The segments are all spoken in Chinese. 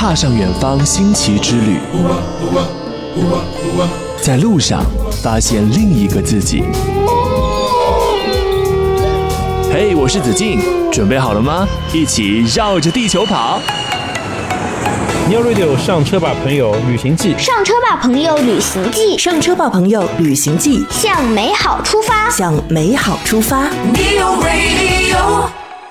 踏上远方新奇之旅，在路上发现另一个自己。嘿，我是子敬，准备好了吗？一起绕着地球跑。 Neo Radio 上车吧朋友旅行记， 上车吧朋友旅行记， 上车吧朋友旅行记， 向美好出发， 向美好出发。 Neo Radio。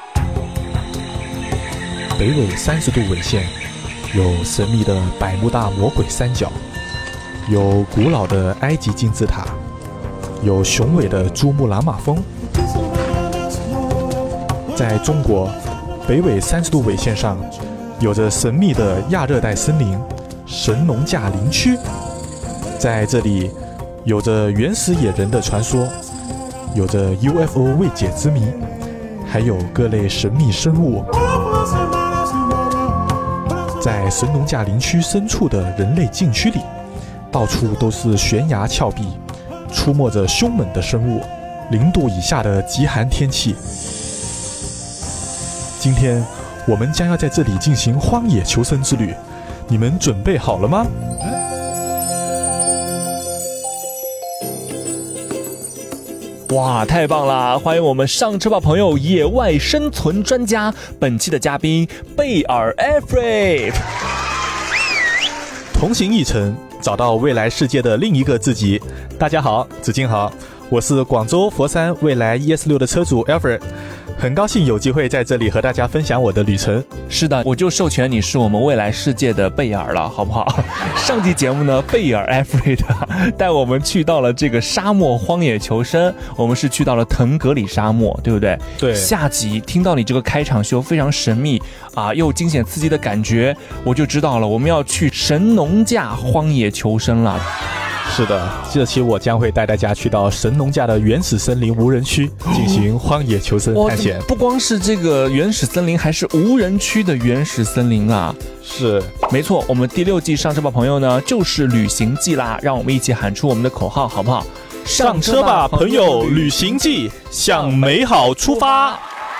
北纬30度纬线，有神秘的百慕大魔鬼三角，有古老的埃及金字塔，有雄伟的珠穆朗玛峰。在中国，北纬30度纬线上有着神秘的亚热带森林神农架林区，在这里有着原始野人的传说，有着 UFO 未解之谜，还有各类神秘生物。在神农架林区深处的人类禁区里，到处都是悬崖峭壁，出没着凶猛的生物，0度以下的极寒天气。今天我们将要在这里进行荒野求生之旅，你们准备好了吗？ 哇，太棒了！欢迎我们上车吧朋友野外生存专家，本期的嘉宾贝尔 Alfred。 同行一程，找到未来世界的另一个自己。大家好，子敬好，我是广州佛山蔚来 ES6 的车主 Alfred， 很高兴有机会在这里和大家分享我的旅程。 是的，我就授权你是我们未来世界的贝尔了，好不好？上期节目呢，贝尔 Alfred 带我们去到了这个沙漠荒野求生，我们是去到了腾格里沙漠，对不对？ 对。 下集听到你这个开场秀非常神秘啊，又惊险刺激的感觉，我就知道了，我们要去神农架荒野求生了。 是的，这期我将会带大家去到神农架的原始森林无人区进行荒野求生探险。 不光是这个原始森林，还是无人区的原始森林啊！ 是， 没错，我们第6季上车吧朋友呢，就是旅行记啦，让我们一起喊出我们的口号，好不好？ 上车吧朋友旅行记，向美好出发。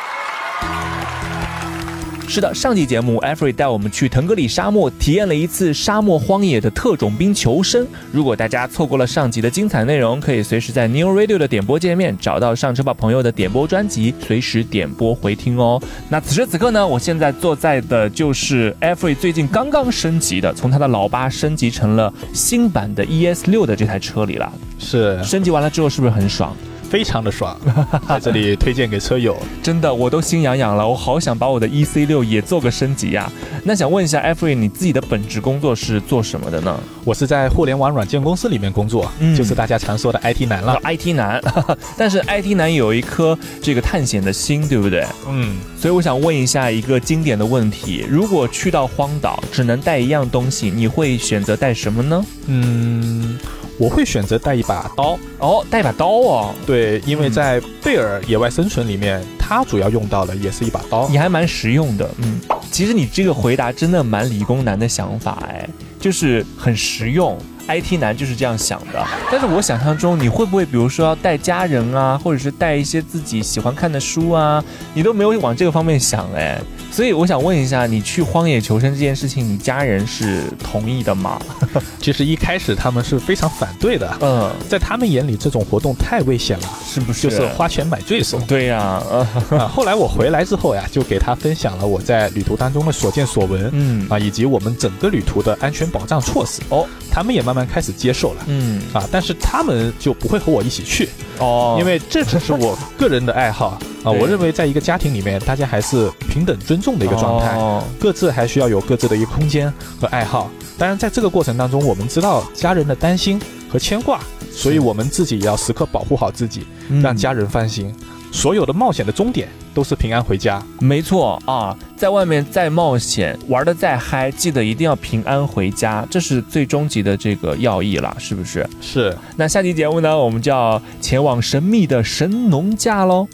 是的，上期节目 Alfred 带我们去腾格里沙漠体验了一次沙漠荒野的特种兵求生。如果大家错过了上集的精彩内容，可以随时在 Neo Radio 的点播界面找到上车吧朋友的点播专辑，随时点播回听哦。那此时此刻呢，我现在坐在的就是 Alfred 最近刚刚升级的，从他的老8升级成了新版的 ES6 的这台车里了。 是， 升级完了之后是不是很爽？ 非常的爽，在这里推荐给车友。 真的，我都心痒痒了，我好想把我的 EC6 也做个升级呀。那想问一下 Alfred， 你自己的本职工作是做什么的呢？ 我是在互联网软件公司里面工作，就是大家常说的 IT 男了。 IT 男，但是 IT 男有一颗这个探险的心，对不对？所以我想问一下一个经典的问题：如果去到荒岛，只能带一样东西，你会选择带什么呢？ 我会选择带一把刀。 哦，带一把刀哦。 对，因为在贝尔野外生存里面，它主要用到的也是一把刀。 你还蛮实用的，其实你这个回答真的蛮理工男的想法，就是很实用。IT 男就是这样想的，但是我想象中你会不会比如说要带家人啊，或者是带一些自己喜欢看的书啊，你都没有往这个方面想所以我想问一下，你去荒野求生这件事情，你家人是同意的吗？ 其实一开始他们是非常反对的，在他们眼里这种活动太危险了， 是不是？ 就是花钱买罪受。 对呀， 后来我回来之后呀，就给他分享了我在旅途当中的所见所闻，以及我们整个旅途的安全保障措施。他们也慢慢开始接受了，但是他们就不会和我一起去，因为这只是我个人的爱好我认为在一个家庭里面，大家还是平等尊重的一个状态，各自还需要有各自的一个空间和爱好。当然在这个过程当中，我们知道家人的担心和牵挂，所以我们自己也要时刻保护好自己，让家人放心。所有的冒险的终点都是平安回家。 没错啊，在外面再冒险，玩得再嗨，记得一定要平安回家，这是最终极的这个要义了，是不是？ 是。 那下期节目呢，我们就要前往神秘的神农架咯。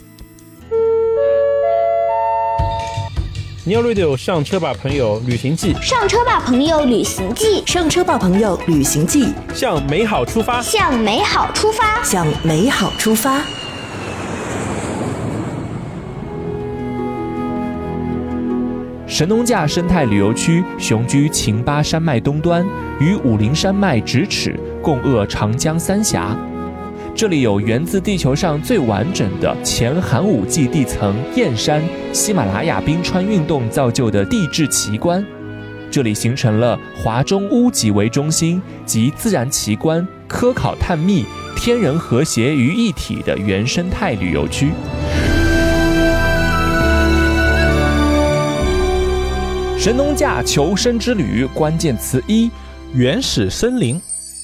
Neo Radio 上车吧朋友旅行记， 上车吧朋友旅行记， 上车吧朋友旅行记， 向美好出发， 向美好出发， 向美好出发。 神农架生态旅游区雄居秦巴山脉东端，与武陵山脉咫尺，共扼长江三峡。这里有源自地球上最完整的前寒武纪地层燕山喜马拉雅冰川运动造就的地质奇观。这里形成了华中屋脊为中心集自然奇观、科考探秘、天人和谐于一体的原生态旅游区。神农架求生之旅关键词1： 原始森林。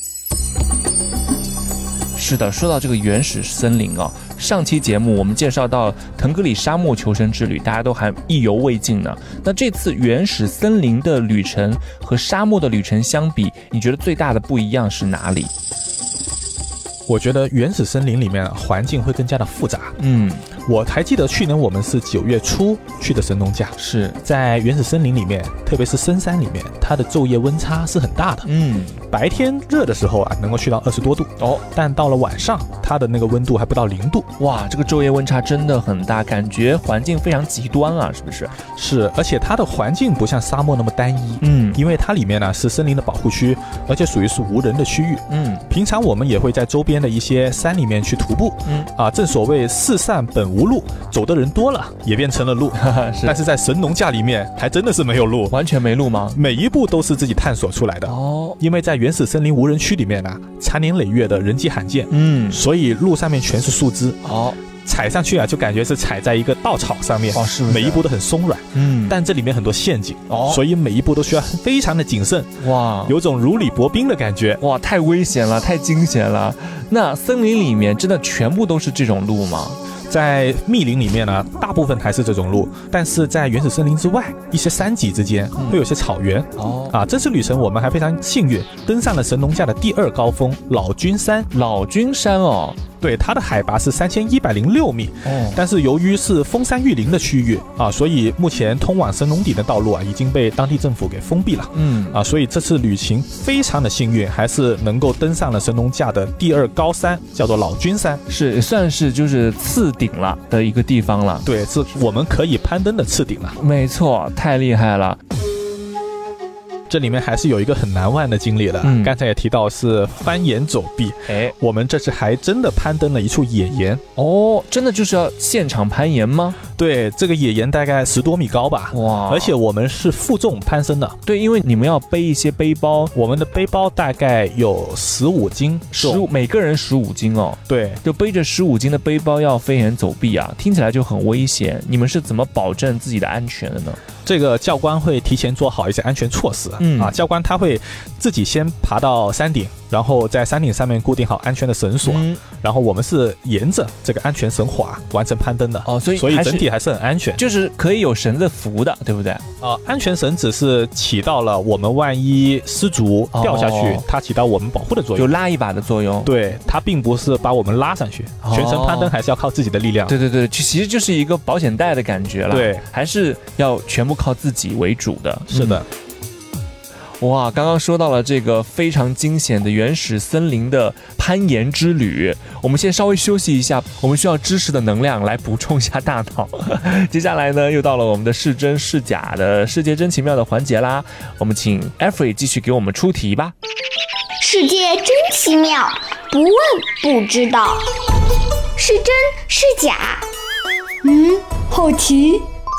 是的，说到这个原始森林啊，上期节目我们介绍到腾格里沙漠求生之旅，大家都还意犹未尽呢。那这次原始森林的旅程和沙漠的旅程相比，你觉得最大的不一样是哪里？ 我觉得原始森林里面环境会更加的复杂。我还记得去年我们是9月初去的神农架，是在原始森林里面，特别是深山里面，它的昼夜温差是很大的。白天热的时候啊，能够去到20多度但到了晚上，它的那个温度还不到0度。 哇，这个昼夜温差真的很大，感觉环境非常极端啊，是不是？ 是，而且它的环境不像沙漠那么单一。因为它里面呢是森林的保护区，而且属于是无人的区域。平常我们也会在周边的一些山里面去徒步。正所谓四散本无路，走的人多了也变成了路。但是在神农架里面还真的是没有路， 完全没路吗？ 每一步都是自己探索出来的。因为在原始森林无人区里面呢，长年累月的人迹罕见。所以路上面全是树枝。踩上去啊，就感觉是踩在一个稻草上面。 是不是？ 每一步都很松软。但这里面很多陷阱。所以每一步都需要非常的谨慎。哇，有种如履薄冰的感觉。 哇，太危险了，太惊险了。那森林里面真的全部都是这种路吗？ 在密林里面呢，大部分还是这种路，但是在原始森林之外，一些山脊之间会有些草原。这次旅程我们还非常幸运，登上了神农架的第2高峰老君山。 老君山哦。 对，它的海拔是3106米。但是由于是封山育林的区域啊，所以目前通往神农顶的道路啊已经被当地政府给封闭了。所以这次旅行非常的幸运，还是能够登上了神农架的第2高山，叫做老君山， 是算是就是次顶了的一个地方了。 对，是我们可以攀登的次顶了。 没错，太厉害了。 这里面还是有一个很难忘的经历的。刚才也提到是翻岩走壁。我们这次还真的攀登了一处野岩。 真的就是要现场攀岩吗？ 对，这个野岩大概10多米高吧。哇！而且我们是负重攀升的。 对，因为你们要背一些背包， 我们的背包大概有15斤重， 每个人15斤哦。 对， 就背着15斤的背包要飞檐走壁啊，听起来就很危险。你们是怎么保证自己的安全的呢？ 这个教官会提前做好一些安全措施。教官他会自己先爬到山顶，然后在山顶上面固定好安全的绳索。然后我们是沿着这个安全绳滑完成攀登的。所以整体还是很安全， 就是可以有绳子扶的，对不对？ 安全绳只是起到了我们万一失足掉下去，它起到我们保护的作用， 就拉一把的作用。 对，它并不是把我们拉上去。全程攀登还是要靠自己的力量。 对，其实就是一个保险带的感觉了。 对， 还是要全部靠自己为主的。 是的。 哇，刚刚说到了这个非常惊险的原始森林的攀岩之旅，我们先稍微休息一下，我们需要知识的能量来补充一下大脑。接下来呢，又到了我们的是真是假的世界真奇妙的环节啦，我们请 Every 继续给我们出题吧。 世界真奇妙，不问不知道，是真是假？好奇。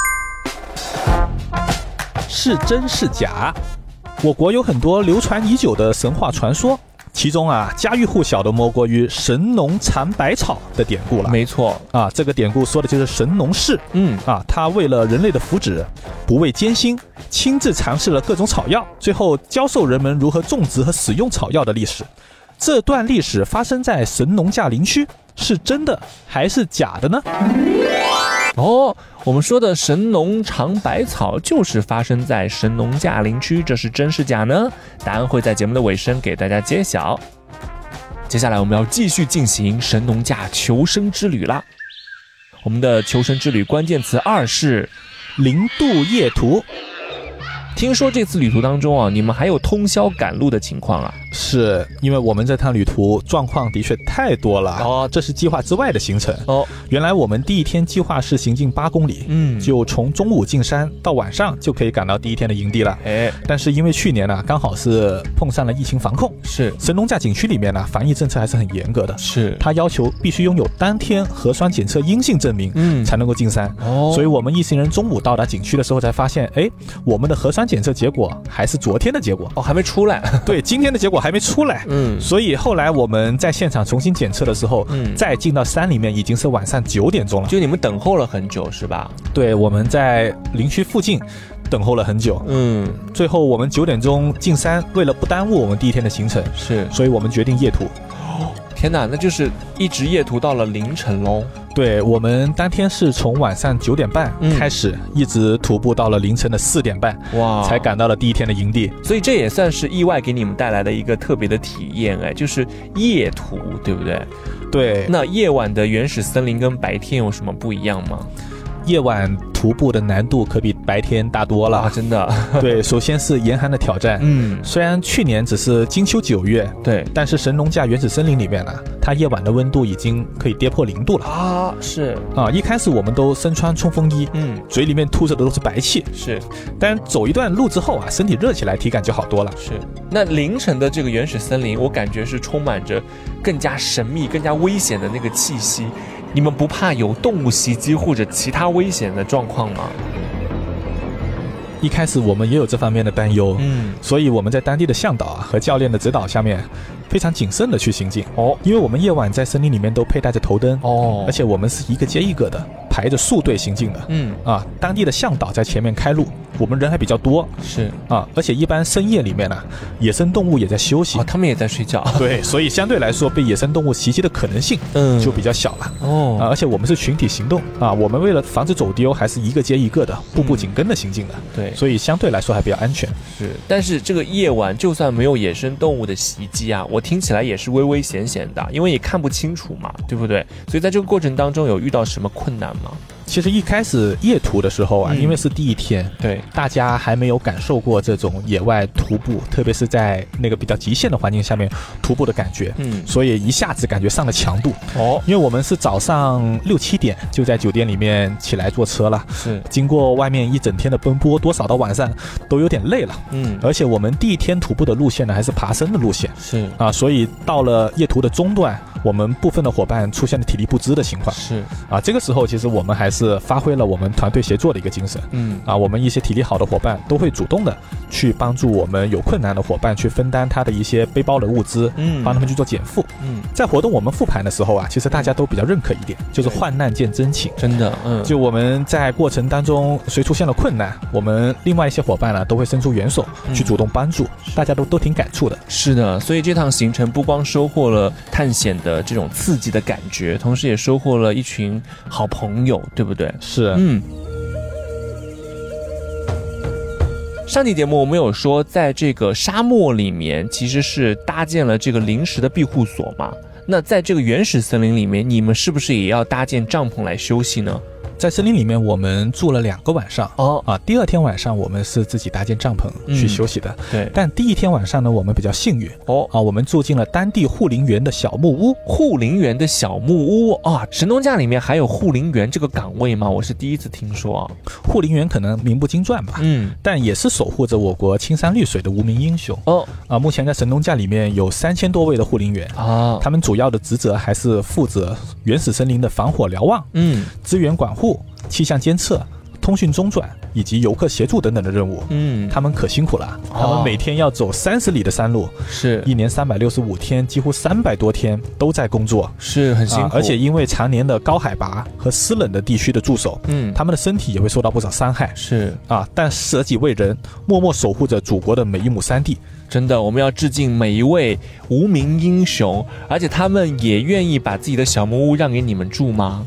是真是假？我国有很多流传已久的神话传说，其中啊，家喻户晓的莫过于神农尝百草的典故了。 没错啊，这个典故说的就是神农氏。他为了人类的福祉，不畏艰辛，亲自尝试了各种草药，最后教授人们如何种植和使用草药的历史。这段历史发生在神农架林区，是真的还是假的呢？ 我们说的神农尝百草就是发生在神农架林区，这是真是假呢？答案会在节目的尾声给大家揭晓。接下来我们要继续进行神农架求生之旅啦。我们的求生之旅关键词2是零度夜图。 听说这次旅途当中啊，你们还有通宵赶路的情况啊？ 是因为我们这趟旅途状况的确太多了这是计划之外的行程原来我们第一天计划是行进8公里，就从中午进山到晚上就可以赶到第一天的营地了。但是因为去年呢，刚好是碰上了疫情防控， 是神农架景区里面呢，防疫政策还是很严格的， 是他要求必须拥有当天核酸检测阴性证明，才能够进山。所以我们一行人中午到达景区的时候才发现，我们的核酸检测结果还是昨天的结果还没出来。 对，今天的结果还没出来。所以后来我们在现场重新检测的时候，再进到山里面已经是晚上9点钟了。 就你们等候了很久是吧？ 对，我们在林区附近等候了很久。最后我们9点钟进山，为了不耽误我们第一天的行程，所以我们决定夜途。 天哪，那就是一直夜途到了凌晨咯。 对，我们当天是从晚上9点半开始，一直徒步到了凌晨的4点半，才赶到了第一天的营地。 所以这也算是意外给你们带来的一个特别的体验，就是夜途，对不对？ 对。 那夜晚的原始森林跟白天有什么不一样吗？ 夜晚徒步的难度可比白天大多了真的。 对，首先是严寒的挑战。虽然去年只是金秋9月， 对， 但是神农架原始森林里面呢，它夜晚的温度已经可以跌破0度了是一开始我们都身穿冲锋衣，嘴里面吐着的都是白气， 是。 但走一段路之后啊，身体热起来，体感就好多了。 是。那凌晨的这个原始森林，我感觉是充满着更加神秘、更加危险的那个气息。你们不怕有动物袭击或者其他危险的状况吗？ 一开始我们也有这方面的担忧，所以我们在当地的向导和教练的指导下面，非常谨慎的去行进因为我们夜晚在森林里面都佩戴着头灯而且我们是一个接一个的排着竖队行进的当地的向导在前面开路，我们人还比较多， 是而且一般深夜里面呢，野生动物也在休息他们也在睡觉， 对，所以相对来说被野生动物袭击的可能性就比较小了而且我们是群体行动我们为了防止走丢，还是一个接一个的步步紧跟的行进的， 对， 所以相对来说还比较安全。 是，但是这个夜晚就算没有野生动物的袭击我听起来也是危危险险的，因为也看不清楚嘛，对不对？所以在这个过程当中有遇到什么困难吗？ 其实一开始夜途的时候因为是第一天， 对， 大家还没有感受过这种野外徒步，特别是在那个比较极限的环境下面徒步的感觉，所以一下子感觉上了强度因为我们是早上6、7点就在酒店里面起来坐车了， 是， 经过外面一整天的奔波，多少到晚上都有点累了，而且我们第一天徒步的路线呢还是爬升的路线， 是所以到了夜途的中段，我们部分的伙伴出现了体力不支的情况， 是这个时候其实我们还是发挥了我们团队协作的一个精神，我们一些体力好的伙伴都会主动的去帮助我们有困难的伙伴去分担他的一些背包的物资，帮他们去做减负。在活动我们复盘的时候其实大家都比较认可一点，就是患难见真情， 真的， 就我们在过程当中谁出现了困难，我们另外一些伙伴呢都会伸出援手去主动帮助，大家都挺感触的。 是的，所以这趟行程不光收获了探险的这种刺激的感觉，同时也收获了一群好朋友，对不对？ 是， 上期节目我们有说，在这个沙漠里面其实是搭建了这个临时的庇护所嘛，那在这个原始森林里面，你们是不是也要搭建帐篷来休息呢？ 在森林里面我们住了2个晚上第2天晚上我们是自己搭建帐篷去休息的， 对。 但第1天晚上呢，我们比较幸运我们住进了当地护林员的小木屋。 护林员的小木屋神农架里面还有护林员这个岗位吗？我是第一次听说护林员可能名不经传吧，但也是守护着我国青山绿水的无名英雄目前在神农架里面有3000多位的护林员他们主要的职责还是负责原始森林的防火瞭望资源管护、气象监测、通讯中转以及游客协助等等的任务他们可辛苦了他们每天要走30里的山路， 是一年365天，几乎300多天都在工作， 是很辛苦而且因为常年的高海拔和湿冷的地区的驻守他们的身体也会受到不少伤害， 是但舍己为人，默默守护着祖国的每一亩山地。 真的，我们要致敬每一位无名英雄，而且他们也愿意把自己的小木屋让给你们住吗？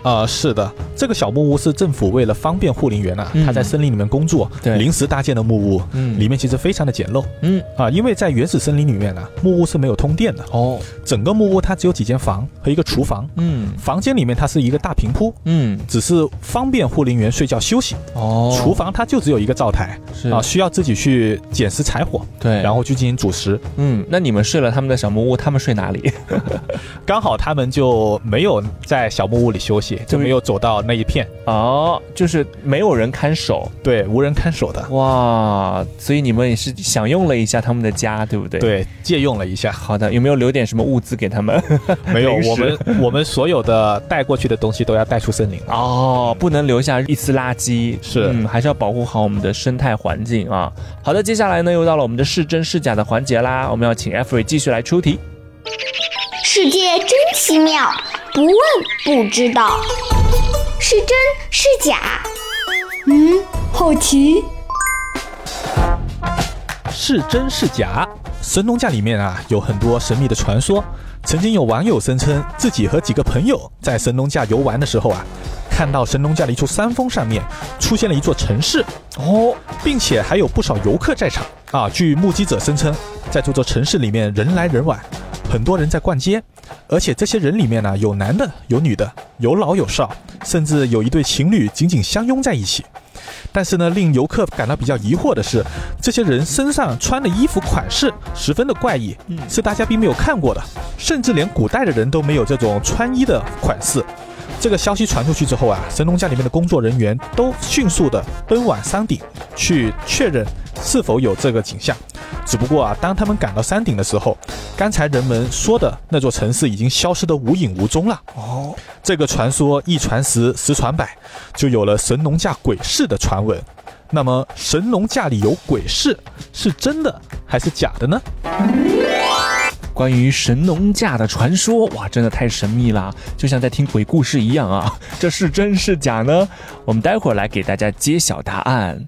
是的，这个小木屋是政府为了方便护林员他在森林里面工作，临时搭建的木屋，里面其实非常的简陋，因为在原始森林里面木屋是没有通电的，整个木屋它只有几间房和一个厨房，房间里面它是一个大平铺，只是方便护林员睡觉休息，厨房它就只有一个灶台，需要自己去捡拾柴火， 对， 然后去进行煮食。 那你们睡了他们的小木屋，他们睡哪里？ 刚好他们就没有在小木屋里休息，就没有走到那一片， 就是没有人看守， 对，无人看守的。 哇，所以你们也是享用了一下他们的家，对不对？ 对，借用了一下。 好的，有没有留点什么物资给他们？ 没有，我们所有的带过去的东西都要带出森林不能留下一丝垃圾， 是， 还是要保护好我们的生态环境啊。好的，接下来呢又到了我们的是真是假的环节啦，我们要请 Every 继续来出题。 世界真奇妙，不问不知道，是真是假？好奇。 是真是假？神农架里面有很多神秘的传说。曾经有网友声称自己和几个朋友在神农架游玩的时候看到神农架的一处山峰上面出现了一座城市并且还有不少游客在场据目击者声称，在这座城市里面人来人往，很多人在逛街，而且这些人里面有男的有女的，有老有少，甚至有一对情侣紧紧相拥在一起。但是呢，令游客感到比较疑惑的是，这些人身上穿的衣服款式十分的怪异，是大家并没有看过的，甚至连古代的人都没有这种穿衣的款式。这个消息传出去之后神农架里面的工作人员都迅速的奔往山顶去确认是否有这个景象。只不过当他们赶到山顶的时候，刚才人们说的那座城市已经消失得无影无踪了。这个传说一传十，十传百，就有了神农架鬼市的传闻。那么神农架里有鬼市是真的还是假的呢？ 关于神农架的传说，哇，真的太神秘了，就像在听鬼故事一样啊！这是真是假呢？我们待会儿来给大家揭晓答案。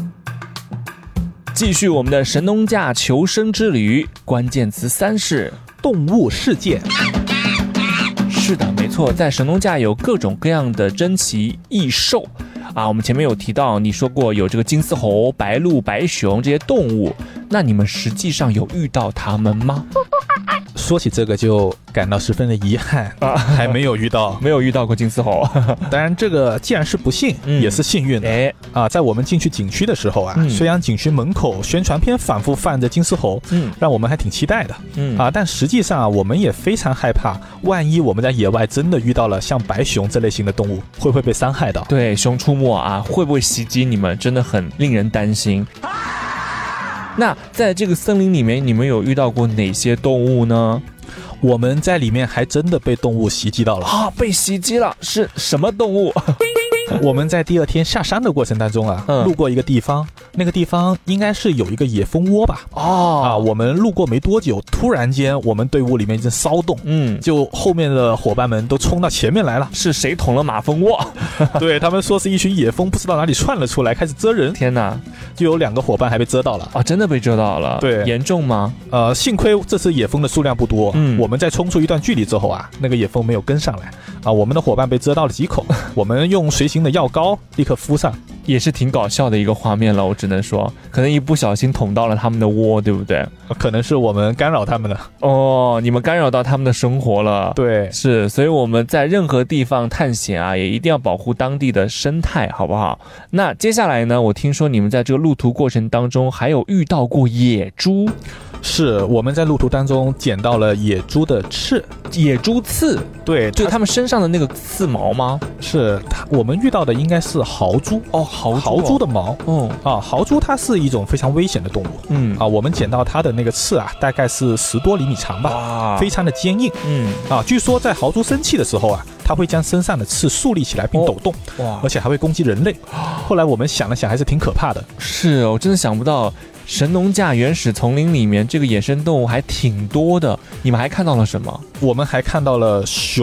继续我们的神农架求生之旅，关键词3是动物世界。 是的，没错，在神农架有各种各样的珍奇异兽我们前面有提到，你说过有这个金丝猴、白鹿、白熊这些动物，那你们实际上有遇到它们吗？ 说起这个就感到十分的遗憾还没有遇到， 没有遇到过金丝猴。 当然这个既然是不幸也是幸运的在我们进去景区的时候虽然景区门口宣传片反复放着金丝猴让我们还挺期待的但实际上我们也非常害怕，万一我们在野外真的遇到了像白熊这类型的动物，会不会被伤害到？ 对，熊出没会不会袭击你们，真的很令人担心。那在这个森林里面，你们有遇到过哪些动物呢？ 我们在里面还真的被动物袭击到了被袭击了，是什么动物？ 我们在第2天下山的过程当中路过一个地方，那个地方应该是有一个野蜂窝吧我们路过没多久，突然间我们队伍里面一阵骚动就后面的伙伴们都冲到前面来了。 是谁捅了马蜂窝？ 对，他们说是一群野蜂不知道哪里窜了出来，开始蛰人。 天哪， 就有2个伙伴还被蛰到了真的被蛰到了？ 对， 严重吗？ 幸亏这次野蜂的数量不多我们在冲出一段距离之后那个野蜂没有跟上来我们的伙伴被蛰到了几口我们用随行的药膏立刻敷上。 也是挺搞笑的一个画面了，我只能说可能一不小心捅到了他们的窝，对不对？ 可能是我们干扰他们了你们干扰到他们的生活了。 对， 是，所以我们在任何地方探险也一定要保护当地的生态，好不好？那接下来呢，我听说你们在这个路途过程当中还有遇到过野猪。 是，我们在路途当中捡到了野猪的刺。 野猪刺？ 对， 就他们身上的那个刺毛吗？ 是，我们遇到的应该是豪猪豪猪的毛豪猪它是一种非常危险的动物我们捡到它的那个刺大概是10多厘米长吧非常的坚硬据说在豪猪生气的时候它会将身上的刺竖立起来并抖动而且还会攻击人类。后来我们想了想，还是挺可怕的。 是，我真的想不到神农架原始丛林里面这个野生动物还挺多的。你们还看到了什么？ 我们还看到了熊，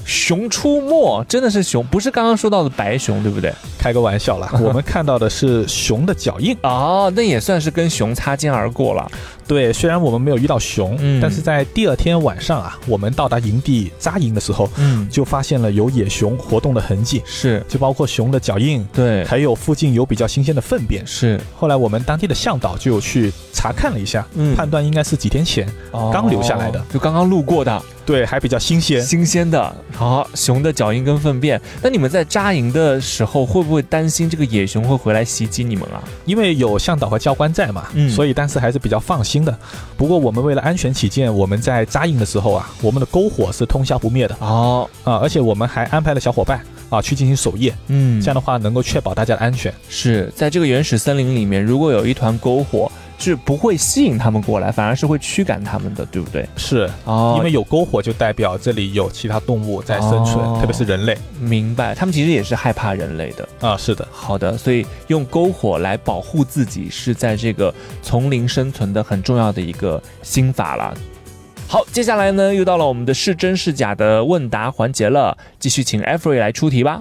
熊出没，真的是熊，不是刚刚说到的白熊，对不对？ 开个玩笑啦，我们看到的是熊的脚印哦，那也算是跟熊擦肩而过了。 对，虽然我们没有遇到熊，但是在第二天晚上啊，我们到达营地扎营的时候，就发现了有野熊活动的痕迹， 是， 就包括熊的脚印， 对， 还有附近有比较新鲜的粪便， 是。 后来我们当地的向导就有去查看了一下，判断应该是几天前刚留下来的， 就刚刚路过的， 对，还比较新鲜的。好，熊的脚印跟粪便。那你们在扎营的时候，会不会担心这个野熊会回来袭击你们啊？ 因为有向导和教官在嘛，所以当时还是比较放心的。不过我们为了安全起见，我们在扎营的时候啊，我们的篝火是通宵不灭的而且我们还安排了小伙伴去进行守夜，这样的话能够确保大家的安全。 是在这个原始森林里面，如果有一团篝火，是不会吸引他们过来，反而是会驱赶他们的，对不对？ 是因为有篝火就代表这里有其他动物在生存，特别是人类。 明白，他们其实也是害怕人类的是的。 好的，所以用篝火来保护自己是在这个丛林生存的很重要的一个心法了。好，接下来呢又到了我们的是真是假的问答环节了，继续请 Avery 来出题吧。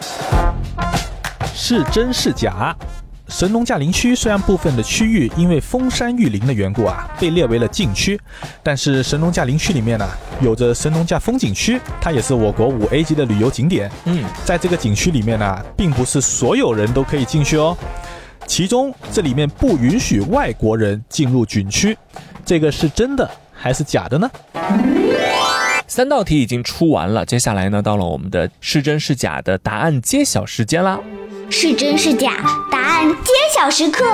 是真是假？神农架林区虽然部分的区域因为封山育林的缘故被列为了禁区，但是神农架林区里面有着神农架风景区，它也是我国5A 级的旅游景点。在这个景区里面并不是所有人都可以进去哦，其中这里面不允许外国人进入景区，这个是真的还是假的呢？3 道题已经出完了，接下来呢到了我们的是真是假的答案揭晓时间啦。 是真是假，答案揭晓时刻。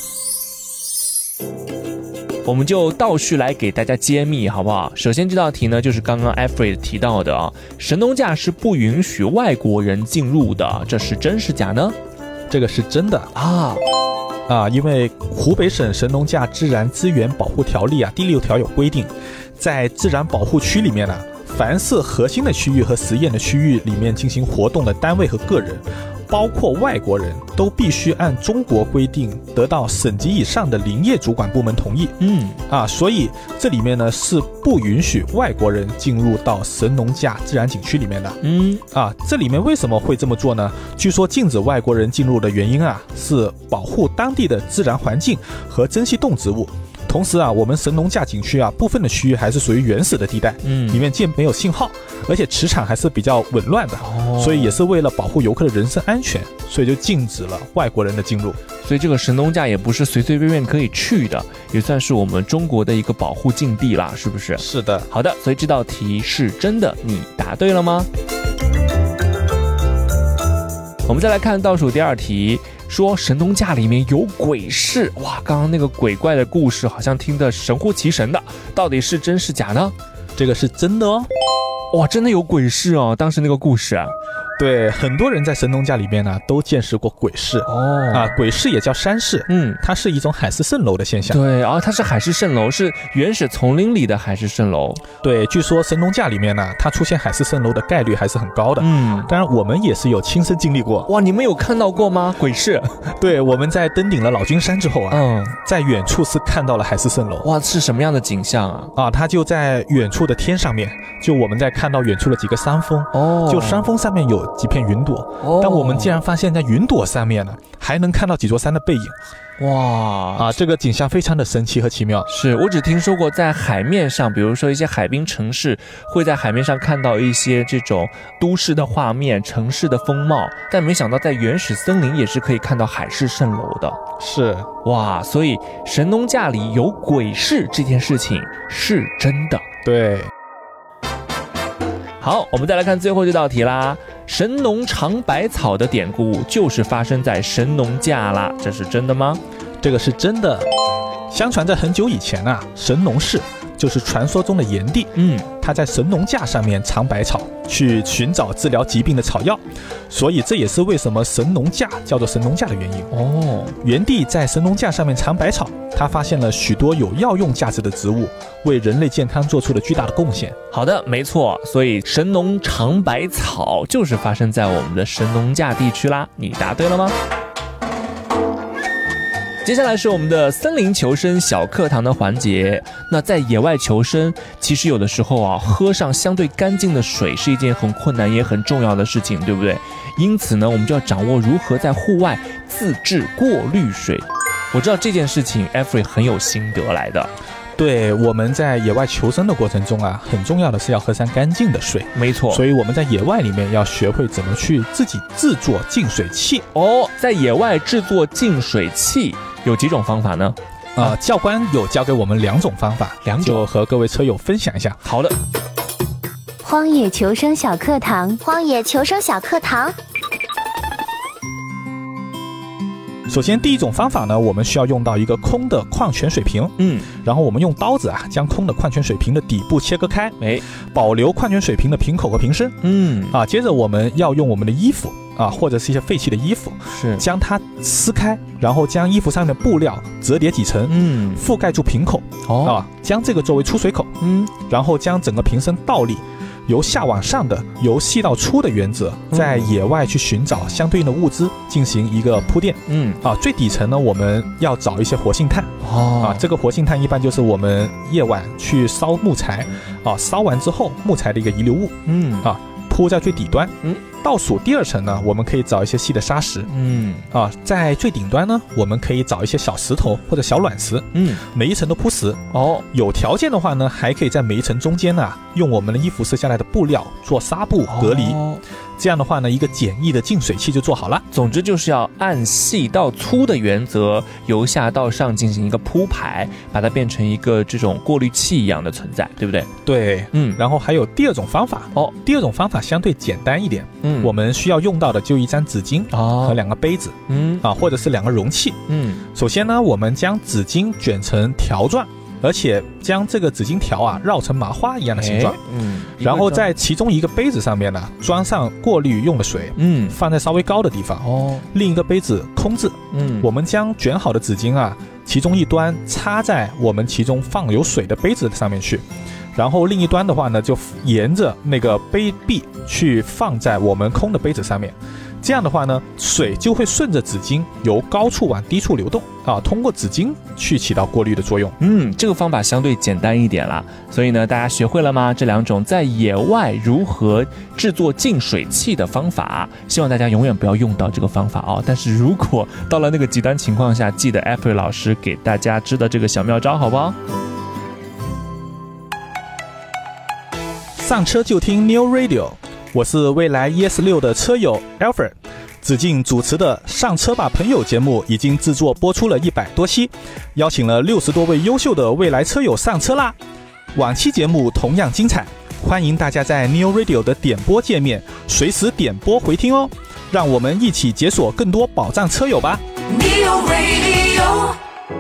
我们就倒叙来给大家揭秘，好不好？首先这道题呢，就是刚刚 Avery 提到的神农架是不允许外国人进入的，这是真是假呢？ 这个是真的因为湖北省神农架自然资源保护条例第6条有规定，在自然保护区里面凡是核心的区域和实验的区域里面进行活动的单位和个人，包括外国人，都必须按中国规定得到省级以上的林业主管部门同意。所以这里面呢是不允许外国人进入到神农架自然景区里面的。这里面为什么会这么做呢？据说禁止外国人进入的原因是保护当地的自然环境和珍稀动植物。同时我们神农架景区部分的区域还是属于原始的地带，里面既没有信号，而且磁场还是比较紊乱的，所以也是为了保护游客的人身安全，所以就禁止了外国人的进入。 所以这个神农架也不是随随便便可以去的，也算是我们中国的一个保护禁地啦，是不是？ 是的。 好的，所以这道题是真的，你答对了吗？我们再来看倒数第2题，说神农架里面有鬼市。哇，刚刚那个鬼怪的故事好像听得神乎其神的，到底是真是假呢？ 这个是真的哦。 哇，真的有鬼市哦，当时那个故事对，很多人在神农架里面都见识过鬼市鬼市也叫山市，它是一种海市蜃楼的现象。 对它是海市蜃楼，是原始丛林里的海市蜃楼。 对，据说神农架里面它出现海市蜃楼的概率还是很高的。当然我们也是有亲身经历过。 哇，你们有看到过吗？鬼市？ 对，我们在登顶了老君山之后在远处是看到了海市蜃楼。 哇，是什么样的景象它就在远处的天上面，就我们在看到远处的几个山峰就山峰上面有几片云朵但我们竟然发现在云朵上面还能看到几座山的背影。哇这个景象非常的神奇和奇妙。 是，我只听说过在海面上，比如说一些海滨城市会在海面上看到一些这种都市的画面、城市的风貌，但没想到在原始森林也是可以看到海市蜃楼的。 是， 哇，所以神农架里有鬼市这件事情是真的。 对。 好，我们再来看最后这道题啦。神农尝百草的典故就是发生在神农架啦，这是真的吗？ 这个是真的。相传在很久以前神农氏就是传说中的炎帝，他在神农架上面尝百草，去寻找治疗疾病的草药，所以这也是为什么神农架叫做神农架的原因。炎帝在神农架上面尝百草，他发现了许多有药用价值的植物，为人类健康做出了巨大的贡献。 好的，没错，所以神农尝百草就是发生在我们的神农架地区啦，你答对了吗？ 接下来是我们的森林求生小课堂的环节。那在野外求生，其实有的时候啊，喝上相对干净的水是一件很困难也很重要的事情，对不对？因此呢，我们就要掌握如何在户外自制过滤水。我知道这件事情 Every 很有心得来的。 对，我们在野外求生的过程中啊，很重要的是要喝上干净的水。 没错， 所以我们在野外里面要学会怎么去自己制作净水器。 在野外制作净水器有几种方法呢？ 教官有教给我们2种方法，就和各位车友分享一下。 好的。 荒野求生小课堂， 荒野求生小课堂。 首先第一种方法呢，我们需要用到一个空的矿泉水瓶，然后我们用刀子啊，将空的矿泉水瓶的底部切割开，保留矿泉水瓶的瓶口和瓶身，接着我们要用我们的衣服或者是一些废弃的衣服，将它撕开，然后将衣服上的布料折叠几层，覆盖住瓶口，将这个作为出水口，然后将整个瓶身倒立，由下往上的，由细到粗的原则，在野外去寻找相对应的物资，进行一个铺垫。最底层呢，我们要找一些活性炭。这个活性炭一般就是我们夜晚去烧木材，烧完之后木材的一个遗留物。铺在最底端。倒数第2层呢，我们可以找一些细的砂石。在最顶端呢，我们可以找一些小石头或者小卵石。每一层都铺实。有条件的话呢，还可以在每一层中间呢，用我们的衣服撕下来的布料做纱布隔离。这样的话呢，一个简易的净水器就做好了。 总之就是要按细到粗的原则，由下到上进行一个铺排，把它变成一个这种过滤器一样的存在，对不对？ 对，然后还有第2种方法。第2种方法相对简单一点。我们需要用到的就一张纸巾和2个杯子，或者是2个容器。首先呢，我们将纸巾卷成条状，而且将这个纸巾条绕成麻花一样的形状。然后在其中一个杯子上面呢，装上过滤用的水，放在稍微高的地方。另一个杯子空置。我们将卷好的纸巾其中一端插在我们其中放有水的杯子上面去。然后另一端的话呢，就沿着那个杯壁去放在我们空的杯子上面。这样的话呢，水就会顺着纸巾由高处往低处流动通过纸巾去起到过滤的作用。 这个方法相对简单一点啦。所以呢，大家学会了吗？这2种在野外如何制作净水器的方法，希望大家永远不要用到这个方法但是如果到了那个极端情况下，记得 Every 老师给大家知道这个小妙招，好不好？ 上车就听 New Radio， 我是蔚来 ES6 的车友 Alfred。子敬主持的上车吧朋友节目已经制作播出了100多期，邀请了60多位优秀的蔚来车友上车啦。往期节目同样精彩，欢迎大家在 New Radio 的点播界面随时点播回听哦。让我们一起解锁更多保障车友吧。 Neo Radio。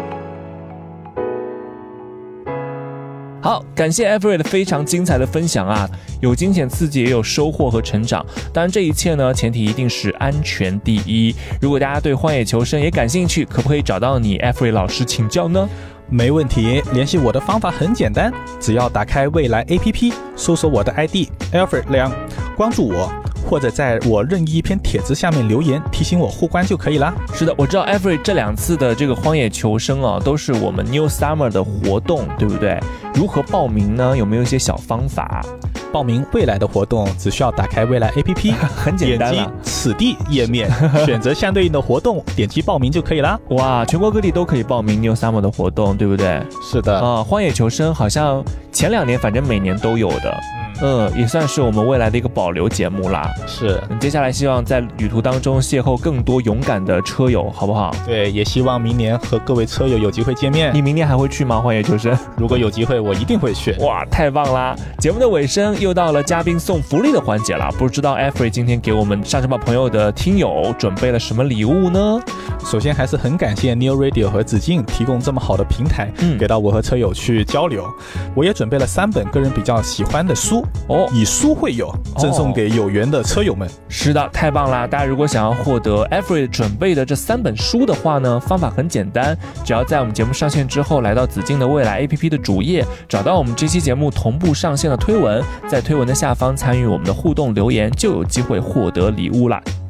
好，感谢 Every 的非常精彩的分享有惊险刺激，也有收获和成长。当然这一切呢，前提一定是安全第一。如果大家对荒野求生也感兴趣，可不可以找到你 Every 老师请教呢？ 没问题，联系我的方法很简单，只要打开蔚来 APP， 搜索我的 ID Alfred 梁，关注我，或者在我任意一篇帖子下面留言提醒我互关就可以了。 是的，我知道 Every 这2次的这个荒野求生都是我们 New Summer 的活动，对不对？如何报名呢？有没有一些小方法？ 报名未来的活动只需要打开蔚来 APP 很简单， 点击此地页面选择相对应的活动，点击报名就可以啦。 哇，全国各地都可以报名 New Summer 的活动，对不对？ 是的荒野求生好像前2年反正每年都有的。也算是我们未来的一个保留节目啦。 是， 接下来希望在旅途当中邂逅更多勇敢的车友，好不好？ 对，也希望明年和各位车友有机会见面。 你明年还会去吗？荒野求生？ 如果有机会，我一定会去。 哇，太棒啦！节目的尾声又到了嘉宾送福利的环节了，不知道 Every 今天给我们上车吧朋友的听友准备了什么礼物呢？ 首先还是很感谢 New Radio 和子敬提供这么好的平台，给到我和车友去交流。我也准备了3本个人比较喜欢的书，以书会友，赠送给有缘的车友们。 是的，太棒啦！大家如果想要获得 Every 准备的这3本书的话呢，方法很简单，只要在我们节目上线之后，来到子敬的未来 APP 的主页，找到我们这期节目同步上线的推文，在推文的下方参与我们的互动留言，就有机会获得礼物啦。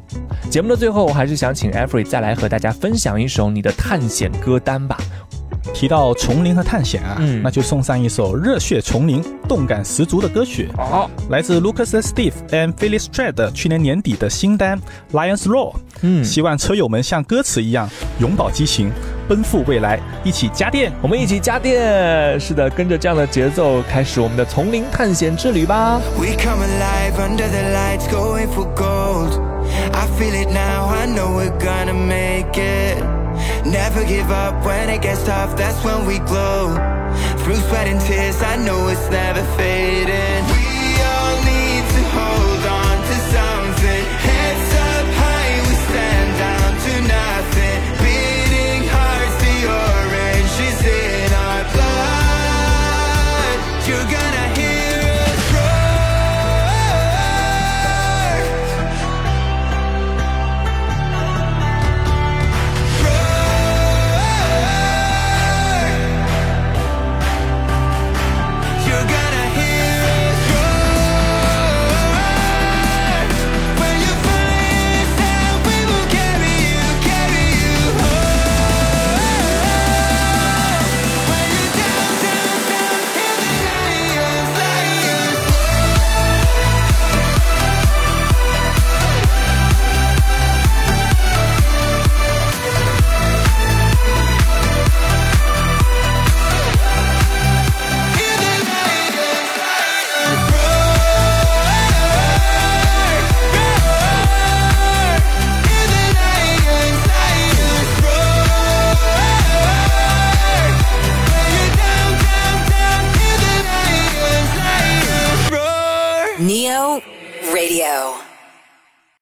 节目的最后，还是想请 Avery 再来和大家分享一首你的探险歌单吧。 提到丛林和探险啊，那就送上一首热血丛林、动感十足的歌曲，来自 Lucas and Steve and Phyllis Strait 去年年底的新单 Lions Roar。希望车友们像歌词一样永葆激情，奔赴未来，一起加电， 我们一起加电。是的，跟着这样的节奏，开始我们的丛林探险之旅吧。 We come alive under the lights, going for gold. I feel it now, I know we're gonna make it. Never give up when it gets tough, that's when we glow. Through sweat and tears, I know it's never fading.